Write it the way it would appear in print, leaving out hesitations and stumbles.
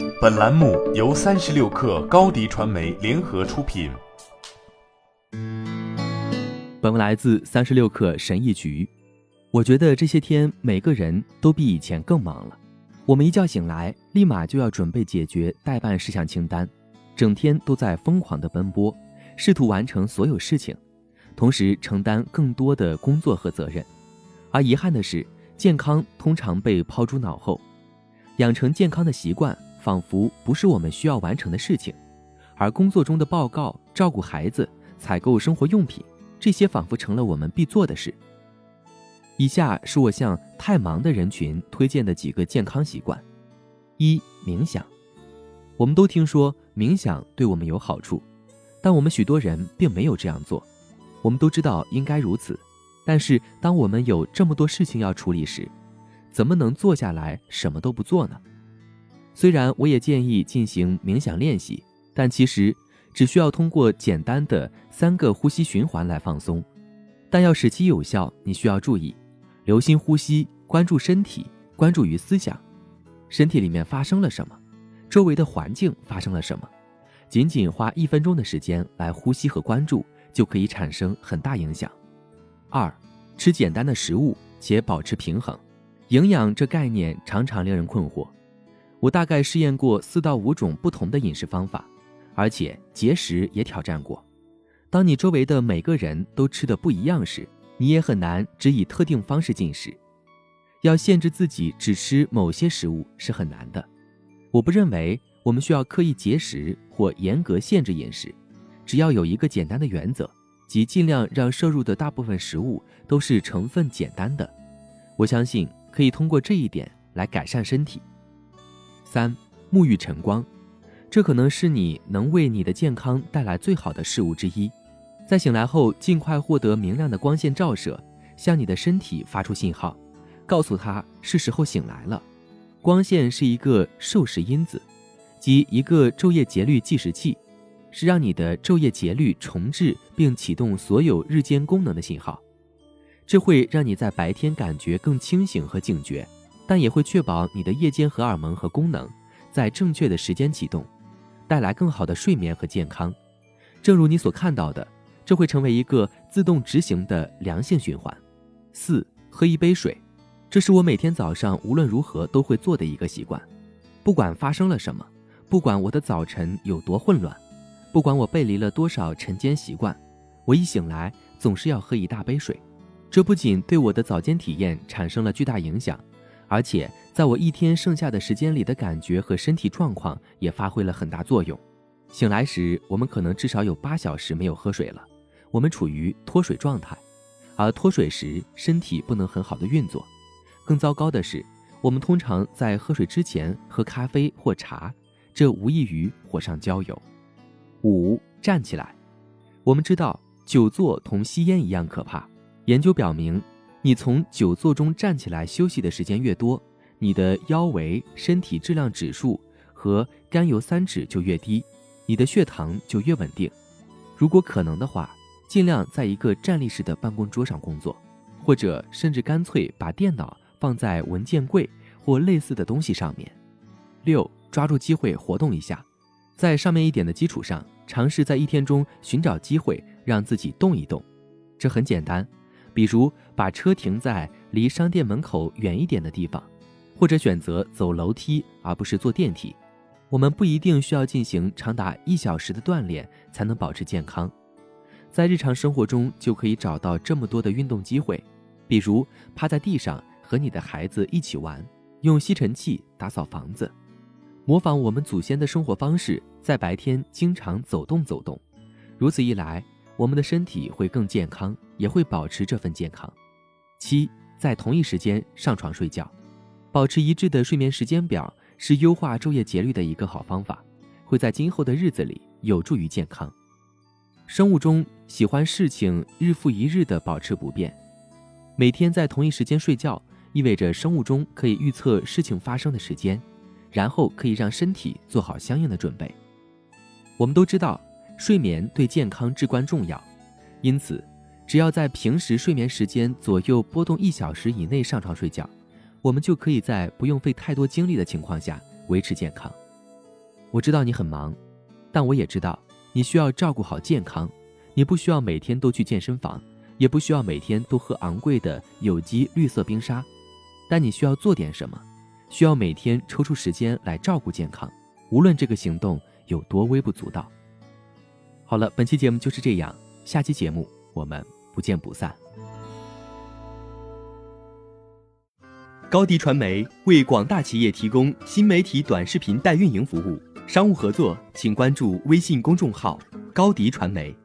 本栏目由36氪高迪传媒联合出品。 本文来自36氪神医局。我觉得这些天每个人都比以前更忙了。我们一觉醒来，立马就要准备解决待办事项清单，整天都在疯狂地奔波，试图完成所有事情，同时承担更多的工作和责任。而遗憾的是，健康通常被抛诸脑后。养成健康的习惯仿佛不是我们需要完成的事情，而工作中的报告、照顾孩子、采购生活用品，这些仿佛成了我们必做的事。以下是我向太忙的人群推荐的几个健康习惯。1、冥想。我们都听说冥想对我们有好处，但我们许多人并没有这样做。我们都知道应该如此，但是当我们有这么多事情要处理时，怎么能坐下来什么都不做呢？虽然我也建议进行冥想练习，但其实只需要通过简单的3个呼吸循环来放松。但要使其有效，你需要注意留心呼吸，关注身体，关注于思想。身体里面发生了什么？周围的环境发生了什么？仅仅花1分钟的时间来呼吸和关注，就可以产生很大影响。2、吃简单的食物且保持平衡。营养这概念常常令人困惑，我大概试验过4到5种不同的饮食方法，而且节食也挑战过。当你周围的每个人都吃得不一样时，你也很难只以特定方式进食。要限制自己只吃某些食物是很难的。我不认为我们需要刻意节食或严格限制饮食，只要有一个简单的原则，即尽量让摄入的大部分食物都是成分简单的。我相信可以通过这一点来改善身体。3、沐浴晨光。这可能是你能为你的健康带来最好的事物之一。在醒来后，尽快获得明亮的光线照射，向你的身体发出信号，告诉它是时候醒来了。光线是一个授时因子，即一个昼夜节律计时器，是让你的昼夜节律重置并启动所有日间功能的信号。这会让你在白天感觉更清醒和警觉，但也会确保你的夜间荷尔蒙和功能在正确的时间启动，带来更好的睡眠和健康。正如你所看到的，这会成为一个自动执行的良性循环。4、喝1杯水。这是我每天早上无论如何都会做的一个习惯。不管发生了什么，不管我的早晨有多混乱，不管我背离了多少晨间习惯，我一醒来总是要喝1大杯水。这不仅对我的早间体验产生了巨大影响，而且在我一天剩下的时间里的感觉和身体状况也发挥了很大作用。醒来时，我们可能至少有8小时没有喝水了，我们处于脱水状态，而脱水时身体不能很好的运作。更糟糕的是，我们通常在喝水之前喝咖啡或茶，这无异于火上浇油。5、站起来。我们知道久坐同吸烟一样可怕。研究表明，你从久坐中站起来休息的时间越多，你的腰围、身体质量指数和甘油三酯就越低，你的血糖就越稳定。如果可能的话，尽量在一个站立式的办公桌上工作，或者甚至干脆把电脑放在文件柜或类似的东西上面。6、抓住机会活动一下。在上面一点的基础上，尝试在一天中寻找机会让自己动一动。这很简单，比如把车停在离商店门口远一点的地方，或者选择走楼梯而不是坐电梯。我们不一定需要进行长达1小时的锻炼才能保持健康，在日常生活中就可以找到这么多的运动机会，比如趴在地上和你的孩子一起玩，用吸尘器打扫房子，模仿我们祖先的生活方式，在白天经常走动走动。如此一来，我们的身体会更健康，也会保持这份健康。7、在同一时间上床睡觉。保持一致的睡眠时间表是优化昼夜节律的一个好方法，会在今后的日子里有助于健康。生物钟喜欢事情日复一日地保持不变，每天在同一时间睡觉，意味着生物钟可以预测事情发生的时间，然后可以让身体做好相应的准备。我们都知道，睡眠对健康至关重要，因此只要在平时睡眠时间左右波动1小时以内上床睡觉，我们就可以在不用费太多精力的情况下维持健康。 我知道你很忙，但我也知道你需要照顾好健康，你不需要每天都去健身房，也不需要每天都喝昂贵的有机绿色冰沙，但你需要做点什么，需要每天抽出时间来照顾健康，无论这个行动有多微不足道。好了，本期节目就是这样，下期节目我们不见不散。高迪传媒为广大企业提供新媒体短视频代运营服务，商务合作请关注微信公众号高迪传媒。